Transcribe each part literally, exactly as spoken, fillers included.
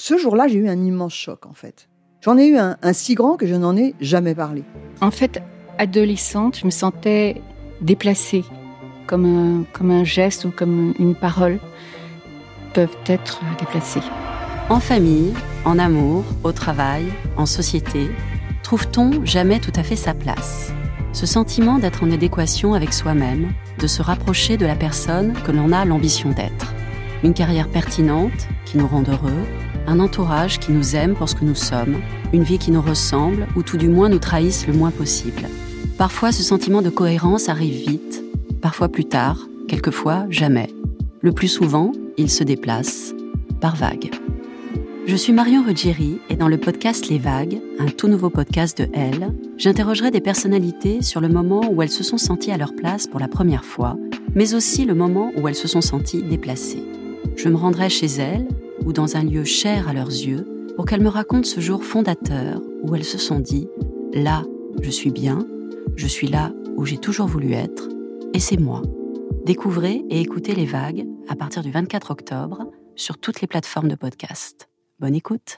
Ce jour-là, j'ai eu un immense choc, en fait. J'en ai eu un, un si grand que je n'en ai jamais parlé. En fait, adolescente, je me sentais déplacée, comme un, comme un geste ou comme une parole peuvent être déplacées. En famille, en amour, au travail, en société, trouve-t-on jamais tout à fait sa place ? Ce sentiment d'être en adéquation avec soi-même, de se rapprocher de la personne que l'on a l'ambition d'être. Une carrière pertinente qui nous rend heureux, un entourage qui nous aime pour ce que nous sommes, une vie qui nous ressemble ou tout du moins nous trahisse le moins possible. Parfois, ce sentiment de cohérence arrive vite, parfois plus tard, quelquefois jamais. Le plus souvent, il se déplace par vagues. Je suis Marion Ruggieri et dans le podcast Les Vagues, un tout nouveau podcast de Elle, j'interrogerai des personnalités sur le moment où elles se sont senties à leur place pour la première fois, mais aussi le moment où elles se sont senties déplacées. Je me rendrai chez elles ou dans un lieu cher à leurs yeux pour qu'elles me racontent ce jour fondateur où elles se sont dit « Là, je suis bien, je suis là où j'ai toujours voulu être, et c'est moi ». Découvrez et écoutez Les Vagues à partir du vingt-quatre octobre sur toutes les plateformes de podcast. Bonne écoute.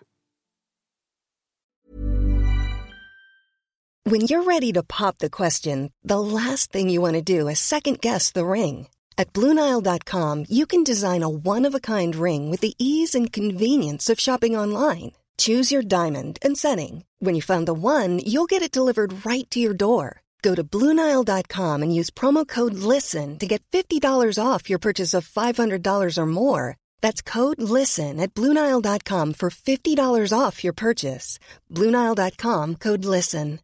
When you're ready to pop the question, the last thing you want to do is second-guess the ring. At Blue Nile dot com, you can design a one-of-a-kind ring with the ease and convenience of shopping online. Choose your diamond and setting. When you find the one, you'll get it delivered right to your door. Go to Blue Nile dot com and use promo code LISTEN to get fifty dollars off your purchase of five hundred dollars or more. That's code LISTEN at Blue Nile dot com for fifty dollars off your purchase. Blue Nile dot com, code LISTEN.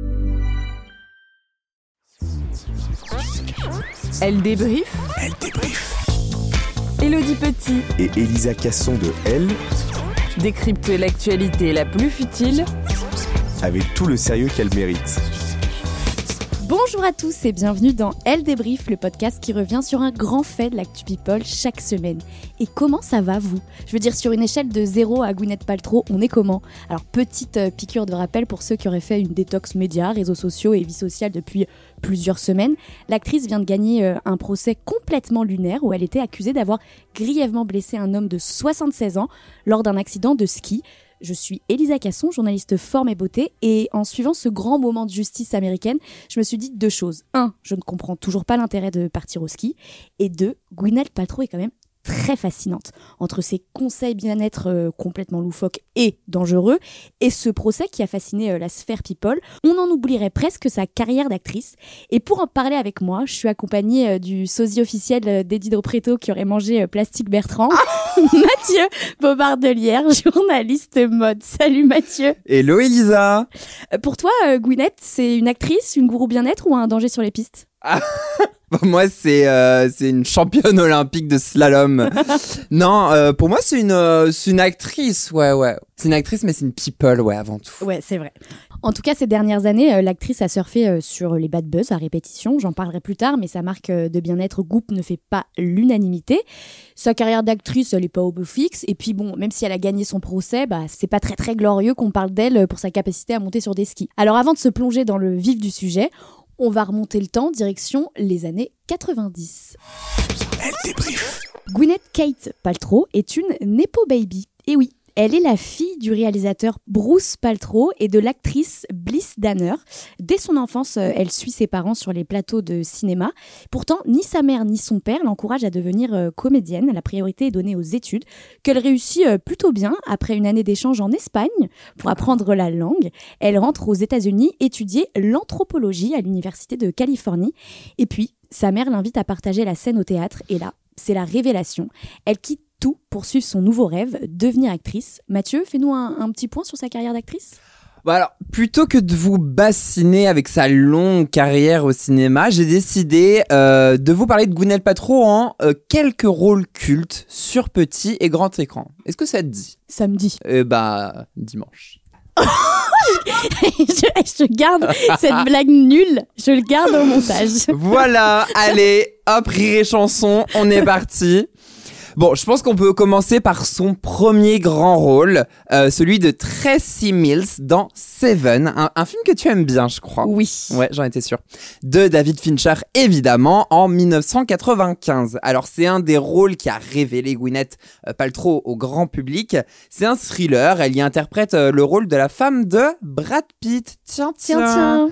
Elle débrief. Elle débrief. Élodie Petit et Elisa Casson de Elle décryptent l'actualité la plus futile avec tout le sérieux qu'elle mérite. Bonjour à tous et bienvenue dans Elle débrief, le podcast qui revient sur un grand fait de l'actu people chaque semaine. Et comment ça va vous ? Je veux dire, sur une échelle de zéro à Gwyneth Paltrow, on est comment ? Alors, petite euh, piqûre de rappel pour ceux qui auraient fait une détox médias, réseaux sociaux et vie sociale depuis plusieurs semaines. L'actrice vient de gagner euh, un procès complètement lunaire où elle était accusée d'avoir grièvement blessé un homme de soixante-seize ans lors d'un accident de ski. Je suis Elisa Casson, journaliste forme et beauté, et en suivant ce grand moment de justice américaine, je me suis dit deux choses. Un, je ne comprends toujours pas l'intérêt de partir au ski, et deux, Gwyneth Paltrow est quand même très fascinante. Entre ses conseils bien-être euh, complètement loufoques et dangereux, et ce procès qui a fasciné euh, la sphère people, on en oublierait presque sa carrière d'actrice. Et pour en parler avec moi, je suis accompagnée euh, du sosie officiel euh, d'Eddie Preto qui aurait mangé euh, Plastique Bertrand, Mathieu Bobardelière, journaliste mode. Salut Mathieu. Hello Elisa. Euh, pour toi, euh, Gwyneth, c'est une actrice, une gourou bien-être ou un danger sur les pistes ? Ah. Moi, c'est euh, c'est une championne olympique de slalom. Non, euh, pour moi, c'est une euh, c'est une actrice, ouais, ouais. C'est une actrice, mais c'est une people, ouais, avant tout. Ouais, c'est vrai. En tout cas, ces dernières années, euh, l'actrice a surfé euh, sur les bad buzz à répétition. J'en parlerai plus tard, mais sa marque euh, de bien-être Goop ne fait pas l'unanimité. Sa carrière d'actrice, elle est pas au beau fixe. Et puis bon, même si elle a gagné son procès, bah c'est pas très très glorieux qu'on parle d'elle pour sa capacité à monter sur des skis. Alors, avant de se plonger dans le vif du sujet, on va remonter le temps, direction les années quatre-vingt-dix. Elle débrief. Gwyneth Kate Paltrow est une Nepo Baby. Et oui, elle est la fille du réalisateur Bruce Paltrow et de l'actrice Bliss Danner. Dès son enfance, elle suit ses parents sur les plateaux de cinéma. Pourtant, ni sa mère ni son père l'encouragent à devenir comédienne. La priorité est donnée aux études, qu'elle réussit plutôt bien. Après une année d'échange en Espagne pour apprendre la langue, elle rentre aux États-Unis étudier l'anthropologie à l'Université de Californie. Et puis, sa mère l'invite à partager la scène au théâtre. Et là, c'est la révélation. Elle quitte tout pour suivre son nouveau rêve, devenir actrice. Mathieu, fais-nous un, un petit point sur sa carrière d'actrice. Bon alors, plutôt que de vous bassiner avec sa longue carrière au cinéma, j'ai décidé euh, de vous parler de Gwyneth Paltrow en euh, quelques rôles cultes sur petit et grand écran. Est-ce que ça te dit ? Samedi. Euh, bah, dimanche. je, je garde cette blague nulle, je le garde au montage. Voilà, allez, hop, rire et chanson, on est parti. Bon, je pense qu'on peut commencer par son premier grand rôle, euh, celui de Tracy Mills dans Seven, un, un film que tu aimes bien, je crois. Oui. Ouais, j'en étais sûre. De David Fincher, évidemment, en dix-neuf cent quatre-vingt-quinze. Alors, c'est un des rôles qui a révélé Gwyneth Paltrow au grand public. C'est un thriller. Elle y interprète euh, le rôle de la femme de Brad Pitt. Tiens, tiens. Tiens, tiens.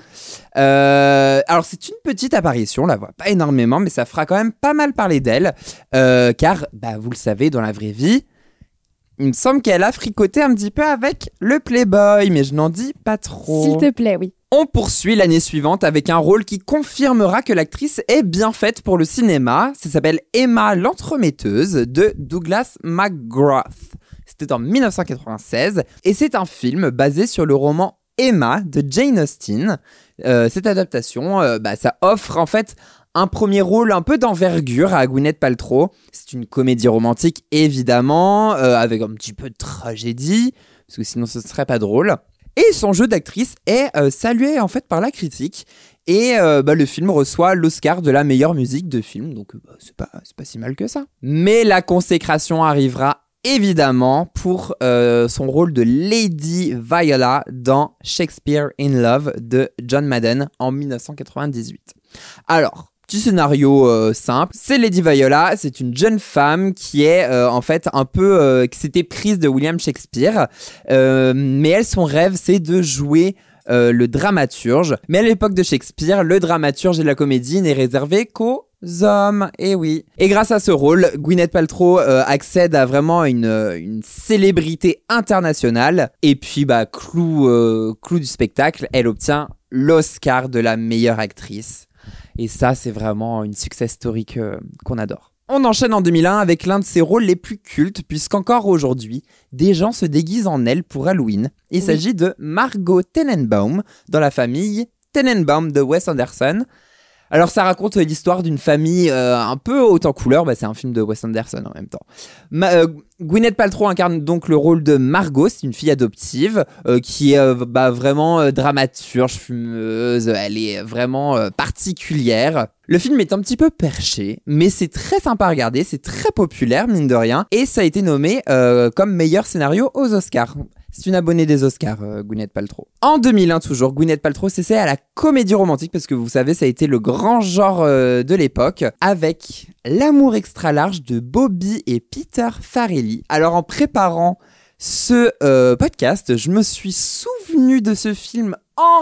Euh, alors, c'est une petite apparition. On la voit pas énormément, mais ça fera quand même pas mal parler d'elle. Euh, car, bah, vous le savez, dans la vraie vie, il me semble qu'elle a fricoté un petit peu avec le Playboy, mais je n'en dis pas trop. S'il te plaît, oui. On poursuit l'année suivante avec un rôle qui confirmera que l'actrice est bien faite pour le cinéma. Ça s'appelle Emma l'entremetteuse de Douglas McGrath. C'était en dix-neuf cent quatre-vingt-seize et c'est un film basé sur le roman Emma de Jane Austen. Euh, cette adaptation, euh, bah, ça offre en fait un premier rôle un peu d'envergure à Gwyneth Paltrow. C'est une comédie romantique évidemment, euh, avec un petit peu de tragédie, parce que sinon ce serait pas drôle. Et son jeu d'actrice est euh, salué en fait par la critique. Et euh, bah, le film reçoit l'Oscar de la meilleure musique de film, donc euh, bah, c'est pas, c'est pas si mal que ça. Mais la consécration arrivera évidemment pour euh, son rôle de Lady Viola dans Shakespeare in Love de John Madden en dix-neuf cent quatre-vingt-dix-huit. Alors, petit scénario euh, simple, c'est Lady Viola, c'est une jeune femme qui est euh, en fait un peu, euh, qui s'était prise de William Shakespeare, euh, mais elle, son rêve, c'est de jouer euh, le dramaturge. Mais à l'époque de Shakespeare, le dramaturge et la comédie n'est réservé qu'aux hommes, et oui. Et grâce à ce rôle, Gwyneth Paltrow euh, accède à vraiment une, une célébrité internationale. Et puis, bah, clou, euh, clou du spectacle, elle obtient l'Oscar de la meilleure actrice. Et ça, c'est vraiment une success story que, qu'on adore. On enchaîne en deux mille un avec l'un de ses rôles les plus cultes, puisqu'encore aujourd'hui, des gens se déguisent en elle pour Halloween. Il oui. s'agit de Margot Tenenbaum, dans la famille Tenenbaum de Wes Anderson. Alors ça raconte l'histoire d'une famille euh, un peu haute en couleur, bah, c'est un film de Wes Anderson en même temps. Ma- euh, Gwyneth Paltrow incarne donc le rôle de Margot, c'est une fille adoptive euh, qui est euh, bah, vraiment euh, dramaturge, fumeuse, elle est vraiment euh, particulière. Le film est un petit peu perché, mais c'est très sympa à regarder, c'est très populaire mine de rien, et ça a été nommé euh, comme meilleur scénario aux Oscars. C'est une abonnée des Oscars, euh, Gwyneth Paltrow. En deux mille un toujours, Gwyneth Paltrow s'essaie à la comédie romantique parce que vous savez, ça a été le grand genre euh, de l'époque avec L'amour extra large de Bobby et Peter Farrelly. Alors en préparant ce euh, podcast, je me suis souvenu de ce film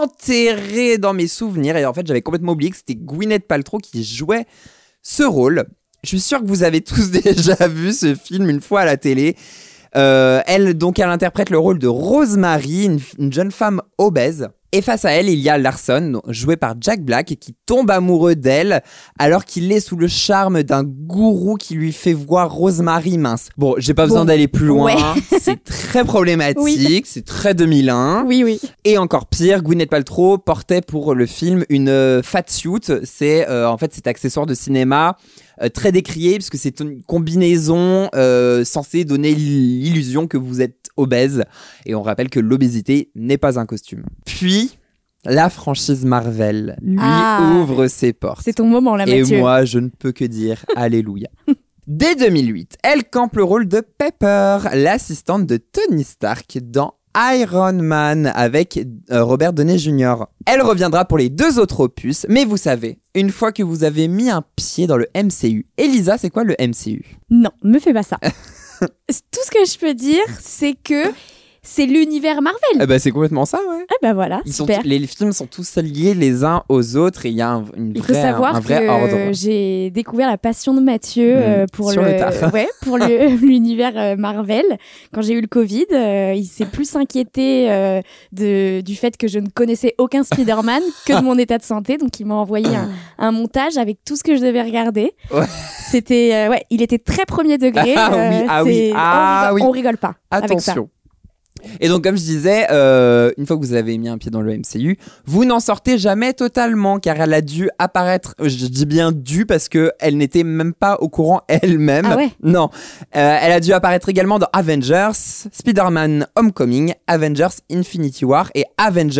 enterré dans mes souvenirs et en fait j'avais complètement oublié que c'était Gwyneth Paltrow qui jouait ce rôle. Je suis sûr que vous avez tous déjà vu ce film une fois à la télé. Euh, elle, donc, elle interprète le rôle de Rosemary, une, une jeune femme obèse. Et face à elle, il y a Larson, joué par Jack Black, qui tombe amoureux d'elle alors qu'il est sous le charme d'un gourou qui lui fait voir Rosemary mince. Bon, j'ai pas besoin bon, d'aller plus loin, ouais. C'est très problématique, oui. C'est très deux mille un. Oui, oui. Et encore pire, Gwyneth Paltrow portait pour le film une euh, fat suit. C'est euh, en fait cet accessoire de cinéma euh, très décrié puisque c'est une combinaison euh, censée donner l'illusion que vous êtes obèse. Et on rappelle que l'obésité n'est pas un costume. Puis, la franchise Marvel lui ah, ouvre ses portes. C'est ton moment là, Mathieu. Et moi, je ne peux que dire alléluia. Dès deux mille huit, elle campe le rôle de Pepper, l'assistante de Tony Stark dans Iron Man avec euh, Robert Downey junior Elle reviendra pour les deux autres opus, mais vous savez, une fois que vous avez mis un pied dans le M C U, Elisa, c'est quoi le M C U ? Non, me fais pas ça. Tout ce que je peux dire, c'est que c'est l'univers Marvel. Eh ben, c'est complètement ça, ouais. Ah bah voilà, Ils super. Sont, les films sont tous liés les uns aux autres et il y a un, une vraie, il faut savoir un, un vrai que ordre. J'ai découvert la passion de Mathieu mmh, euh, pour, sur le, le tard. Ouais, pour le, l'univers euh, Marvel. Quand j'ai eu le Covid, euh, il s'est plus inquiété euh, de, du fait que je ne connaissais aucun Spider-Man que de mon état de santé. Donc il m'a envoyé un, un montage avec tout ce que je devais regarder. Ouais. C'était, euh, ouais, il était très premier degré. Ah euh, oui, ah oui, ah on, rigole, oui. on rigole pas. Attention. Avec ça. Et donc, comme je disais, euh, une fois que vous avez mis un pied dans le M C U, vous n'en sortez jamais totalement, car elle a dû apparaître, je dis bien dû, parce qu'elle n'était même pas au courant elle-même. Ah ouais. Non. Euh, elle a dû apparaître également dans Avengers, Spider-Man Homecoming, Avengers Infinity War et Avengers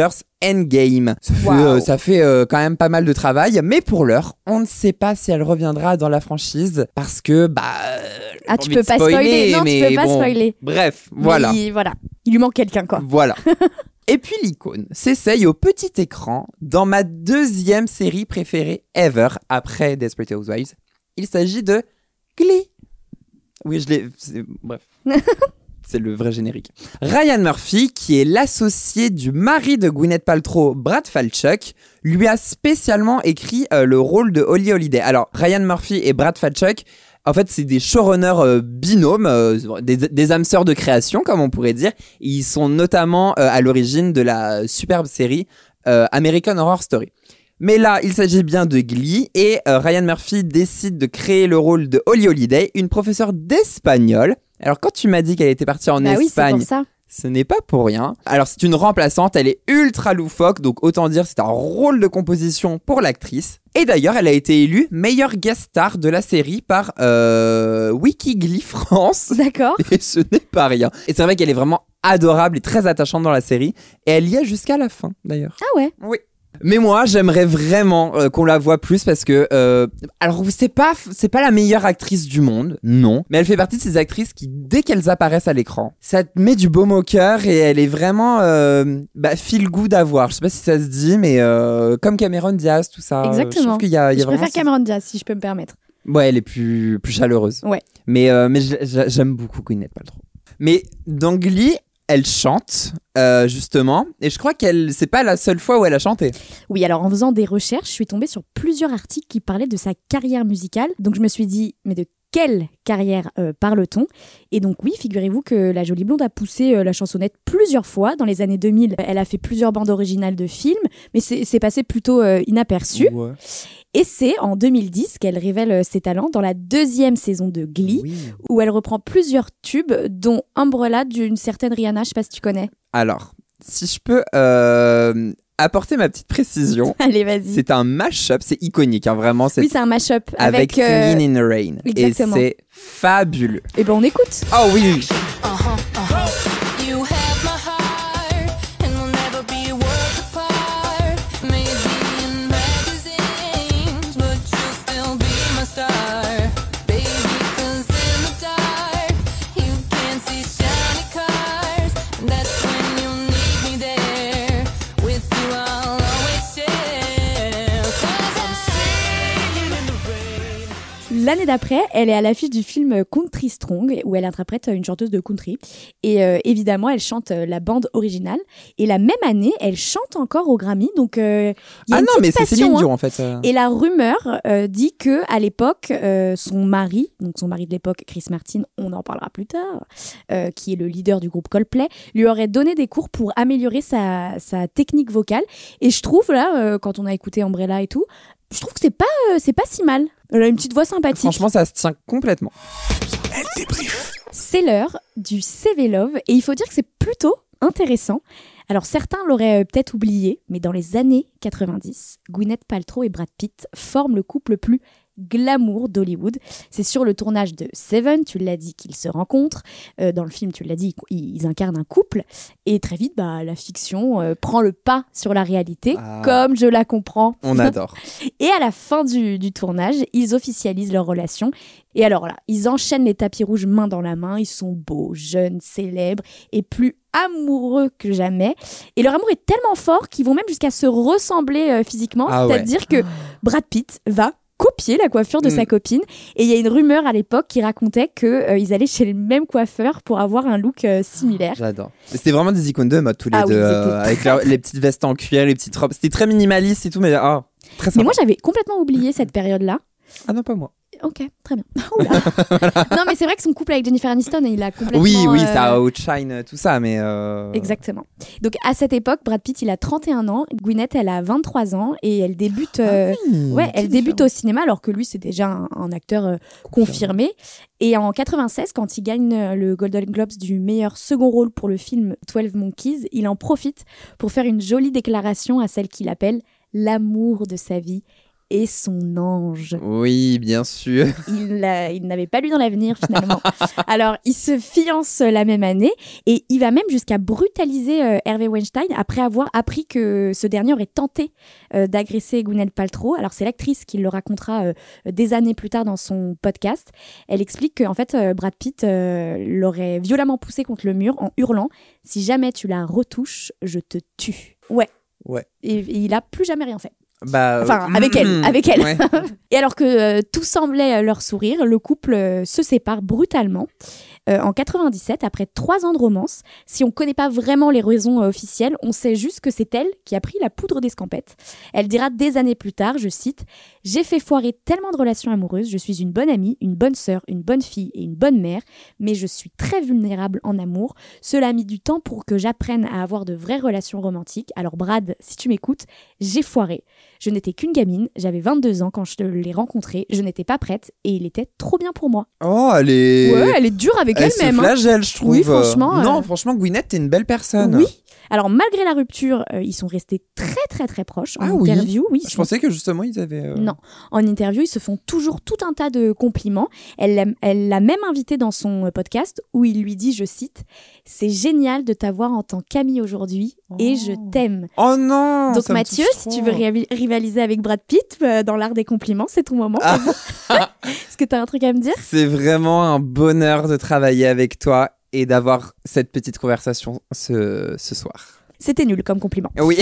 Endgame. Ça fait, Wow. euh, ça fait euh, quand même pas mal de travail, mais pour l'heure, on ne sait pas si elle reviendra dans la franchise parce que bah. euh, j'ai Ah, tu envie peux de pas spoiler. Non, tu mais peux pas bon, spoiler. Bref, voilà. Mais il, voilà. Il lui manque quelqu'un, quoi. Voilà. Et puis l'icône s'essaye au petit écran dans ma deuxième série préférée ever après Desperate Housewives. Il s'agit de Glee. Oui, je l'ai. c'est- Bref. C'est le vrai générique. Ryan Murphy, qui est l'associé du mari de Gwyneth Paltrow, Brad Falchuk, lui a spécialement écrit euh, le rôle de Holly Holiday. Alors, Ryan Murphy et Brad Falchuk, en fait, c'est des showrunners euh, binômes, euh, des, des âmes sœurs de création, comme on pourrait dire. Ils sont notamment euh, à l'origine de la superbe série euh, American Horror Story. Mais là, il s'agit bien de Glee et euh, Ryan Murphy décide de créer le rôle de Holly Holiday, une professeure d'espagnol. Alors, quand tu m'as dit qu'elle était partie en Bah oui, c'est Espagne, pour ça. ce n'est pas pour rien. Alors, c'est une remplaçante, elle est ultra loufoque, donc autant dire c'est un rôle de composition pour l'actrice. Et d'ailleurs, elle a été élue meilleure guest star de la série par euh, Wikiglee France. D'accord. Et ce n'est pas rien. Et c'est vrai qu'elle est vraiment adorable et très attachante dans la série. Et elle y est jusqu'à la fin, d'ailleurs. Ah ouais. Oui. Mais moi, j'aimerais vraiment euh, qu'on la voit plus parce que, euh, alors c'est pas, c'est pas la meilleure actrice du monde, non. Mais elle fait partie de ces actrices qui, dès qu'elles apparaissent à l'écran, ça te met du baume au cœur et elle est vraiment, euh, bah, feel good à voir. Je sais pas si ça se dit, mais euh, comme Cameron Diaz, tout ça. Exactement. Je trouve qu'il y a, il y a Je vraiment. préfère Cameron Diaz, si je peux me permettre. Ouais, elle est plus, plus chaleureuse. Ouais. Mais, euh, mais j'- j'- j'aime beaucoup Gwyneth Paltrow. Mais dans Glee, elle chante, euh, justement. Et je crois qu'elle, c'est pas la seule fois où elle a chanté. Oui, alors en faisant des recherches, je suis tombée sur plusieurs articles qui parlaient de sa carrière musicale. Donc je me suis dit, mais de quelle carrière euh, parle-t-on ? Et donc oui, figurez-vous que la Jolie Blonde a poussé euh, la chansonnette plusieurs fois. Dans les années deux mille, elle a fait plusieurs bandes originales de films, mais c'est, c'est passé plutôt euh, inaperçu. Ouais. Et c'est en deux mille dix qu'elle révèle euh, ses talents dans la deuxième saison de Glee, Oui. où elle reprend plusieurs tubes, dont Umbrella d'une certaine Rihanna, je sais pas si tu connais. Alors, si je peux euh, apporter ma petite précision, Allez, vas-y. c'est un mash-up, c'est iconique, hein, vraiment. C'est Oui, c'est un mash-up avec, avec... euh, Singing in the Rain. exactement. Et c'est fabuleux. Eh ben on écoute. Oh oui. You have my heart, and we'll never be worlds apart. Maybe in magazines, but you'll still be my star. Baby, 'cause in the dark, you can't see shiny cars. That's when you need me there. With you, I'll always share. 'Cause I'm singing in the rain. L'année d'après, elle est à l'affiche du film Country Strong, où elle interprète une chanteuse de country. Et euh, évidemment, elle chante euh, la bande originale. Et la même année, elle chante encore au Grammy. Donc, euh, il y a Ah une non, petite mais c'est passion, Céline hein. Dion en fait. euh. Et la rumeur euh, dit que à l'époque, euh, son mari, donc son mari de l'époque, Chris Martin, on en parlera plus tard, euh, qui est le leader du groupe Coldplay, lui aurait donné des cours pour améliorer sa, sa technique vocale. Et je trouve là, euh, quand on a écouté Umbrella et tout, je trouve que c'est pas, euh, c'est pas si mal. Elle a une petite voix sympathique. Franchement, ça se tient complètement. Elle débrief. C'est l'heure du C V Love et il faut dire que c'est plutôt intéressant. Alors certains l'auraient euh, peut-être oublié, mais dans les années quatre-vingt-dix, Gwyneth Paltrow et Brad Pitt forment le couple le plus glamour d'Hollywood. C'est sur le tournage de Seven, tu l'as dit, qu'ils se rencontrent. Euh, dans le film, tu l'as dit, ils, ils incarnent un couple. Et très vite, bah, la fiction euh, prend le pas sur la réalité, Ah. comme je la comprends. On adore. Et à la fin du, du tournage, ils officialisent leur relation. Et alors là, ils enchaînent les tapis rouges main dans la main. Ils sont beaux, jeunes, célèbres et plus amoureux que jamais. Et leur amour est tellement fort qu'ils vont même jusqu'à se ressembler euh, physiquement. Ah ouais. C'est-à-dire que Brad Pitt va copier la coiffure de Mm. sa copine. Et il y a une rumeur à l'époque qui racontait qu'ils euh, allaient chez le même coiffeur pour avoir un look euh, similaire. J'adore. C'était vraiment des icônes de mode tous les Ah oui, deux, ils euh, étaient avec très, leur- très- les petites vestes en cuir, les petites robes. C'était très minimaliste et tout, mais ah, très sympa. Mais moi, j'avais complètement oublié cette période-là. Ah non, pas moi. Ok, très bien. Oula. Non, mais c'est vrai que son couple avec Jennifer Aniston, il a complètement... Oui, oui, euh, ça outshine tout ça, mais. euh, Exactement. Donc à cette époque, Brad Pitt, il a trente et un ans, Gwyneth, elle a vingt-trois ans et elle débute, euh, Hmm, ouais, elle petite débute différence. au cinéma alors que lui, c'est déjà un, un acteur euh, confirmé. Et en quatre-vingt-seize, quand il gagne euh, le Golden Globes du meilleur second rôle pour le film twelve Monkeys, il en profite pour faire une jolie déclaration à celle qu'il appelle l'amour de sa vie, est son ange. Oui, bien sûr. Il, l'a- il n'avait pas lu dans l'avenir finalement. Alors, ils se fiancent la même année et il va même jusqu'à brutaliser euh, Harvey Weinstein après avoir appris que ce dernier aurait tenté euh, d'agresser Gwyneth Paltrow. Alors, c'est l'actrice qui le racontera euh, des années plus tard dans son podcast. Elle explique que en fait, euh, Brad Pitt euh, l'aurait violemment poussé contre le mur en hurlant « Si jamais tu la retouches, je te tue ». Ouais. Ouais. Et, et il a plus jamais rien fait. Bah, Enfin, euh, avec mm, elle, avec elle. ouais. Et alors que euh, tout semblait euh, leur sourire, le couple euh, se sépare brutalement euh, en quatre-vingt-dix-sept, après trois ans de romance. Si on ne connaît pas vraiment les raisons euh, officielles, on sait juste que c'est elle qui a pris la poudre d'escampette. Elle dira des années plus tard, je cite, « J'ai fait foirer tellement de relations amoureuses, je suis une bonne amie, une bonne sœur, une bonne fille et une bonne mère, mais je suis très vulnérable en amour. Cela a mis du temps pour que j'apprenne à avoir de vraies relations romantiques. Alors Brad, si tu m'écoutes, j'ai foiré. Je n'étais qu'une gamine, j'avais vingt-deux ans quand je l'ai rencontré, je n'étais pas prête et il était trop bien pour moi. » Oh, elle est... Ouais, elle est dure avec elle elle-même. se hein. flagelle, je trouve. Oui, franchement, Non, euh, franchement, Gwyneth, t'es une belle personne. Oui. Alors, malgré la rupture, euh, ils sont restés très, très, très proches. En Ah oui interview, oui. ils Je sont- pensais que justement, ils avaient... euh, Non. En interview, ils se font toujours tout un tas de compliments. Elle l'a, elle l'a même invité dans son euh, podcast où il lui dit, je cite, « C'est génial de t'avoir en tant qu'ami aujourd'hui et je t'aime. » Oh non. Donc ça me Mathieu, touche si trop. tu veux rival- rivaliser avec Brad Pitt euh, dans l'art des compliments, c'est ton moment. Ah. Est-ce que tu as un truc à me dire? C'est vraiment un bonheur de travailler avec toi et d'avoir cette petite conversation ce, ce soir. C'était nul comme compliment. Oui.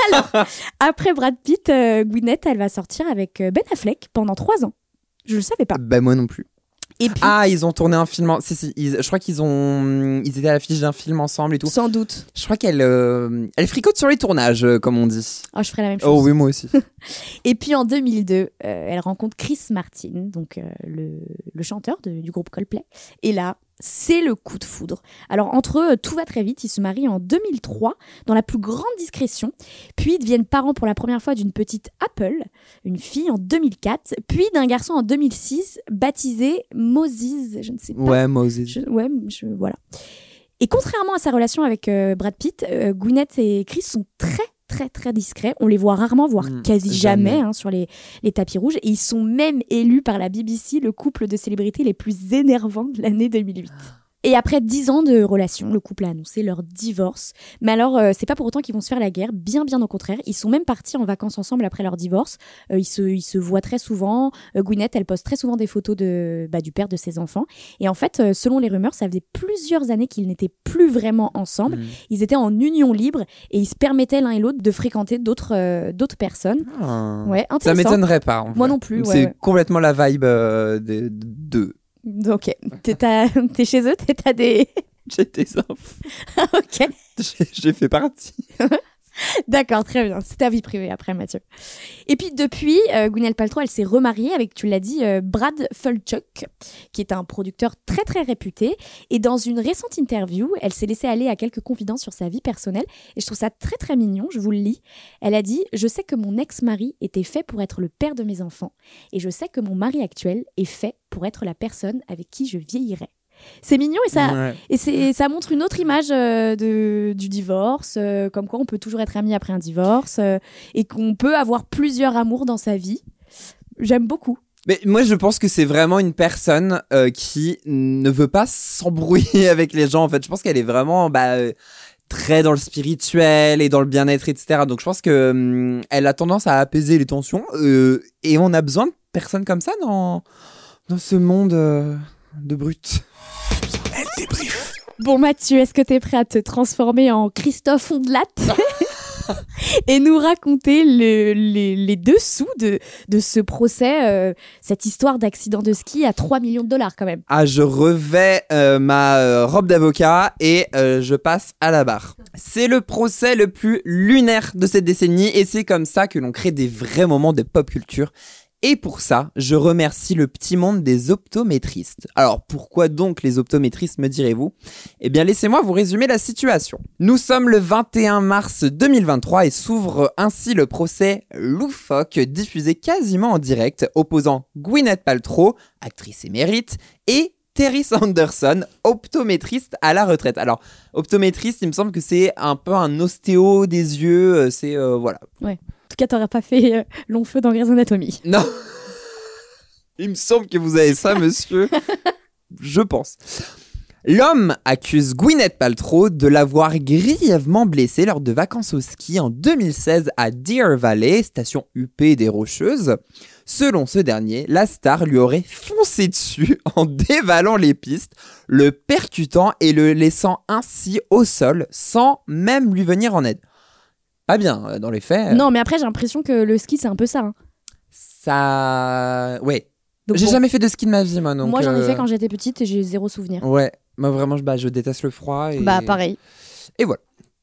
Après Brad Pitt, euh, Gwyneth, elle va sortir avec euh, Ben Affleck pendant trois ans. Je le savais pas. Bah moi non plus. Et puis, Ah, ils ont tourné un film. En... Si, si, ils- je crois qu'ils ont, ils étaient à l'affiche d'un film ensemble et tout. sans doute. Je crois qu'elle, euh, elle fricote sur les tournages, euh, comme on dit. Oh, je ferais la même chose. Oh oui, moi aussi. Et puis en deux mille deux, euh, elle rencontre Chris Martin, donc euh, le, le chanteur de- du groupe Coldplay. Et là, c'est le coup de foudre. Alors entre eux, tout va très vite. Ils se marient en deux mille trois dans la plus grande discrétion. Puis ils deviennent parents pour la première fois d'une petite Apple, une fille en deux mille quatre, puis d'un garçon en deux mille six baptisé Moses. Je ne sais pas. Ouais, Moses. Je- ouais, je- voilà. Et contrairement à sa relation avec euh, Brad Pitt, euh, Gwyneth et Chris sont très très très discrets. On les voit rarement, voire Mmh, quasi jamais, jamais. hein, sur les, les tapis rouges. Et ils sont même élus par la B B C le couple de célébrités les plus énervants de l'année deux mille huit. Et après dix ans de relation, le couple a annoncé leur divorce. Mais alors, euh, c'est pas pour autant qu'ils vont se faire la guerre, bien bien au contraire. Ils sont même partis en vacances ensemble après leur divorce. Euh, ils, se, ils se voient très souvent. Euh, Gwyneth, elle poste très souvent des photos de, bah, du père de ses enfants. Et en fait, euh, selon les rumeurs, ça faisait plusieurs années qu'ils n'étaient plus vraiment ensemble. Mmh. Ils étaient en union libre et ils se permettaient l'un et l'autre de fréquenter d'autres euh, d'autres personnes. Ah. Ouais, Ça intéressant. m'étonnerait pas. En Moi vrai. non plus, ouais, C'est ouais. complètement la vibe euh, des deux. Ok, t'es, t'as- t'es chez eux, t'es, t'as des... J'ai des enfants. ok, J'ai j'ai fait partie. d'accord, très bien. C'est ta vie privée après, Mathieu. Et puis depuis, euh, Gwyneth Paltrow, elle s'est remariée avec, tu l'as dit, euh, Brad Falchuk, qui est un producteur très très réputé. Et dans une récente interview, elle s'est laissée aller à quelques confidences sur sa vie personnelle. Et je trouve ça très très mignon, je vous le lis. Elle a dit « Je sais que mon ex-mari était fait pour être le père de mes enfants. Et je sais que mon mari actuel est fait pour être la personne avec qui je vieillirai. » C'est mignon et ça, Ouais. et c'est, ça montre une autre image euh, de, du divorce, euh, comme quoi on peut toujours être ami après un divorce euh, et qu'on peut avoir plusieurs amours dans sa vie. J'aime beaucoup. Mais moi, je pense que c'est vraiment une personne euh, qui ne veut pas s'embrouiller avec les gens. En fait, je pense qu'elle est vraiment bah, euh, très dans le spirituel et dans le bien-être, et cetera. Donc, je pense que hum, elle a tendance à apaiser les tensions. Euh, et on a besoin de personnes comme ça dans dans ce monde euh, de brutes. Elle débrief. Bon Mathieu, est-ce que tu es prêt à te transformer en Christophe Ondelat et nous raconter le- les, les dessous de, de ce procès, euh, cette histoire d'accident de ski à trois millions de dollars quand même. Ah, je revais euh, ma euh, robe d'avocat et euh, je passe à la barre. C'est le procès le plus lunaire de cette décennie et c'est comme ça que l'on crée des vrais moments de pop culture. Et pour ça, je remercie le petit monde des optométristes. Alors, pourquoi donc les optométristes, me direz-vous ? Eh bien, laissez-moi vous résumer la situation. Nous sommes le vingt et un mars deux mille vingt-trois et s'ouvre ainsi le procès loufoque diffusé quasiment en direct opposant Gwyneth Paltrow, actrice émérite, et Terry Sanderson, optométriste à la retraite. Alors, optométriste, il me semble que c'est un peu un ostéo des yeux, euh, c'est... euh, voilà. Ouais. tout cas, t'auras pas fait euh, long feu dans Grey's Anatomy. Non. Il me semble que vous avez ça, monsieur. Je pense. L'homme accuse Gwyneth Paltrow de l'avoir grièvement blessée lors de vacances au ski en deux mille seize à Deer Valley, station huppée des Rocheuses. Selon ce dernier, la star lui aurait foncé dessus en dévalant les pistes, le percutant et le laissant ainsi au sol sans même lui venir en aide. Pas bien, dans les faits. Non, mais après, j'ai l'impression que le ski, c'est un peu ça. Hein. Ça... Ouais. Donc j'ai bon. jamais fait de ski de ma vie, moi. Donc, Moi, j'en ai euh... fait quand j'étais petite et j'ai zéro souvenir. Ouais. Moi, vraiment, je, bah, je déteste le froid. Et... Bah, pareil. Et voilà.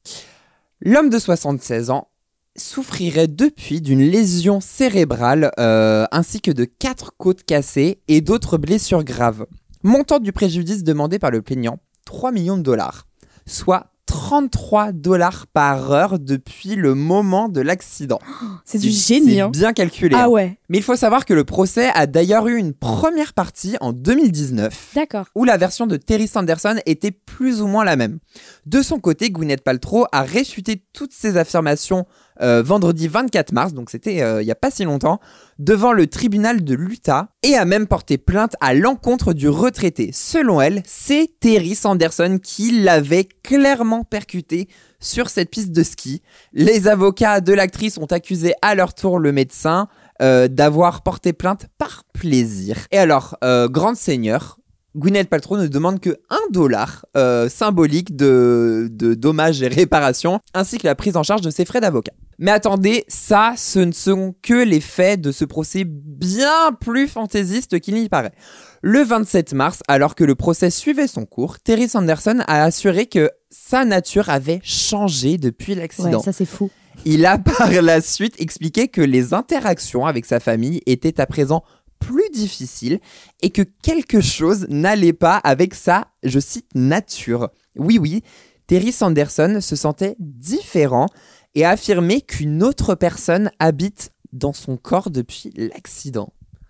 L'homme de soixante-seize ans souffrirait depuis d'une lésion cérébrale euh, ainsi que de quatre côtes cassées et d'autres blessures graves. Montant du préjudice demandé par le plaignant, trois millions de dollars, soit trente-trois dollars par heure depuis le moment de l'accident. Oh, c'est du génie, C'est hein. bien calculé. Ah hein. ouais. Mais il faut savoir que le procès a d'ailleurs eu une première partie en deux mille dix-neuf. D'accord. Où la version de Terry Sanderson était plus ou moins la même. De son côté, Gwyneth Paltrow a réfuté toutes ses affirmations euh, vendredi vingt-quatre mars, donc c'était euh, il n'y a pas si longtemps, devant le tribunal de l'Utah et a même porté plainte à l'encontre du retraité. Selon elle, c'est Terry Sanderson qui l'avait clairement percuté sur cette piste de ski. Les avocats de l'actrice ont accusé à leur tour le médecin euh, d'avoir porté plainte par plaisir. Et alors, euh, grande seigneur, Gwyneth Paltrow ne demande que un dollar euh, symbolique de, de dommages et réparations, ainsi que la prise en charge de ses frais d'avocat. Mais attendez, ça, ce ne sont que les faits de ce procès bien plus fantaisiste qu'il n'y paraît. Le vingt-sept mars, alors que le procès suivait son cours, Terry Sanderson a assuré que sa nature avait changé depuis l'accident. Ouais, ça c'est fou. Il a par la suite expliqué que les interactions avec sa famille étaient à présent plus difficiles et que quelque chose n'allait pas avec sa, je cite, nature. Oui, oui, Terry Sanderson se sentait différent et a affirmé qu'une autre personne habite dans son corps depuis l'accident.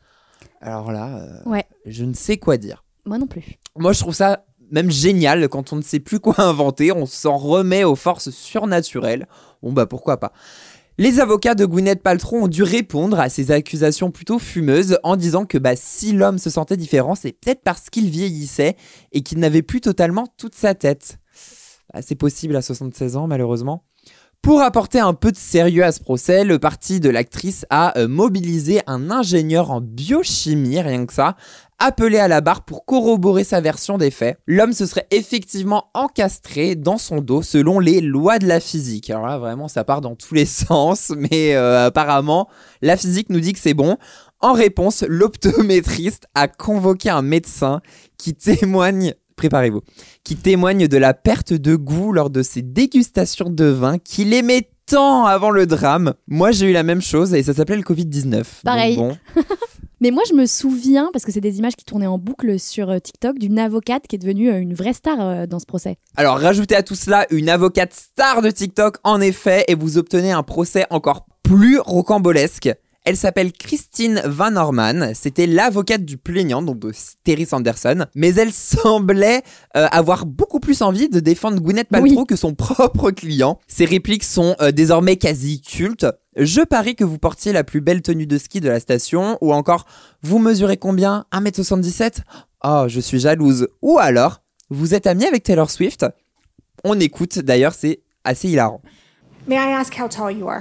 Alors là, euh, ouais. je ne sais quoi dire. Moi non plus. Moi, je trouve ça même génial quand on ne sait plus quoi inventer, on s'en remet aux forces surnaturelles. Bon, bah pourquoi pas. Les avocats de Gwyneth Paltrow ont dû répondre à ces accusations plutôt fumeuses en disant que bah, si l'homme se sentait différent, c'est peut-être parce qu'il vieillissait et qu'il n'avait plus totalement toute sa tête. Bah, c'est possible à soixante-seize ans, malheureusement. Pour apporter un peu de sérieux à ce procès, le parti de l'actrice a euh, mobilisé un ingénieur en biochimie, rien que ça, appelé à la barre pour corroborer sa version des faits. L'homme se serait effectivement encastré dans son dos selon les lois de la physique. Alors là, vraiment, ça part dans tous les sens, mais euh, apparemment, la physique nous dit que c'est bon. En réponse, l'optométriste a convoqué un médecin qui témoigne... Préparez-vous, qui témoigne de la perte de goût lors de ses dégustations de vin qu'il aimait tant avant le drame. Moi, j'ai eu la même chose et ça s'appelait le covid dix-neuf. Pareil. Donc bon. Mais moi, je me souviens, parce que c'est des images qui tournaient en boucle sur euh, TikTok, d'une avocate qui est devenue euh, une vraie star euh, dans ce procès. Alors, rajoutez à tout cela une avocate star de TikTok, en effet, et vous obtenez un procès encore plus rocambolesque. Elle s'appelle Christine Van Norman, c'était l'avocate du plaignant, donc de Terry Sanderson, mais elle semblait euh, avoir beaucoup plus envie de défendre Gwyneth Paltrow oui. que son propre client. Ses répliques sont euh, désormais quasi cultes. Je parie que vous portiez la plus belle tenue de ski de la station, ou encore, vous mesurez combien ? un mètre soixante-dix-sept ? Oh, je suis jalouse. Ou alors, vous êtes amie avec Taylor Swift ? On écoute, d'ailleurs, c'est assez hilarant. May I ask how tall you are?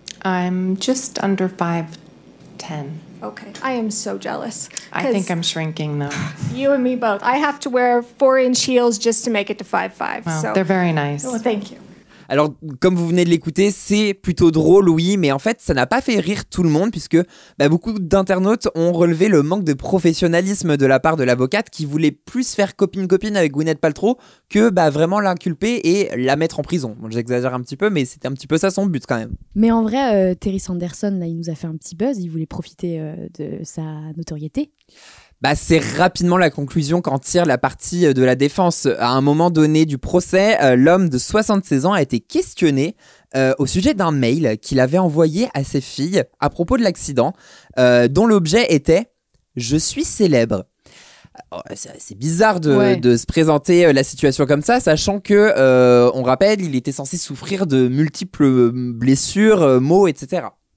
I'm just under five ten. Okay, I am so jealous. I think I'm shrinking though. You and me both. I have to wear four-inch heels just to make it to five five. Well, so. They're very nice. Oh, thank you. Alors, comme vous venez de l'écouter, c'est plutôt drôle, oui, mais en fait, ça n'a pas fait rire tout le monde puisque bah, beaucoup d'internautes ont relevé le manque de professionnalisme de la part de l'avocate qui voulait plus faire copine-copine avec Gwyneth Paltrow que bah, vraiment l'inculper et la mettre en prison. Bon, j'exagère un petit peu, mais c'était un petit peu ça son but quand même. Mais en vrai, euh, Terry Sanderson, là, il nous a fait un petit buzz, il voulait profiter euh, de sa notoriété. Bah, c'est rapidement la conclusion qu'en tire la partie de la défense. À un moment donné du procès, euh, l'homme de soixante-seize ans a été questionné euh, au sujet d'un mail qu'il avait envoyé à ses filles à propos de l'accident, euh, dont l'objet était « Je suis célèbre ». C'est bizarre de, ouais. de se présenter la situation comme ça, sachant que, euh, on rappelle, il était censé souffrir de multiples blessures, maux, et cetera.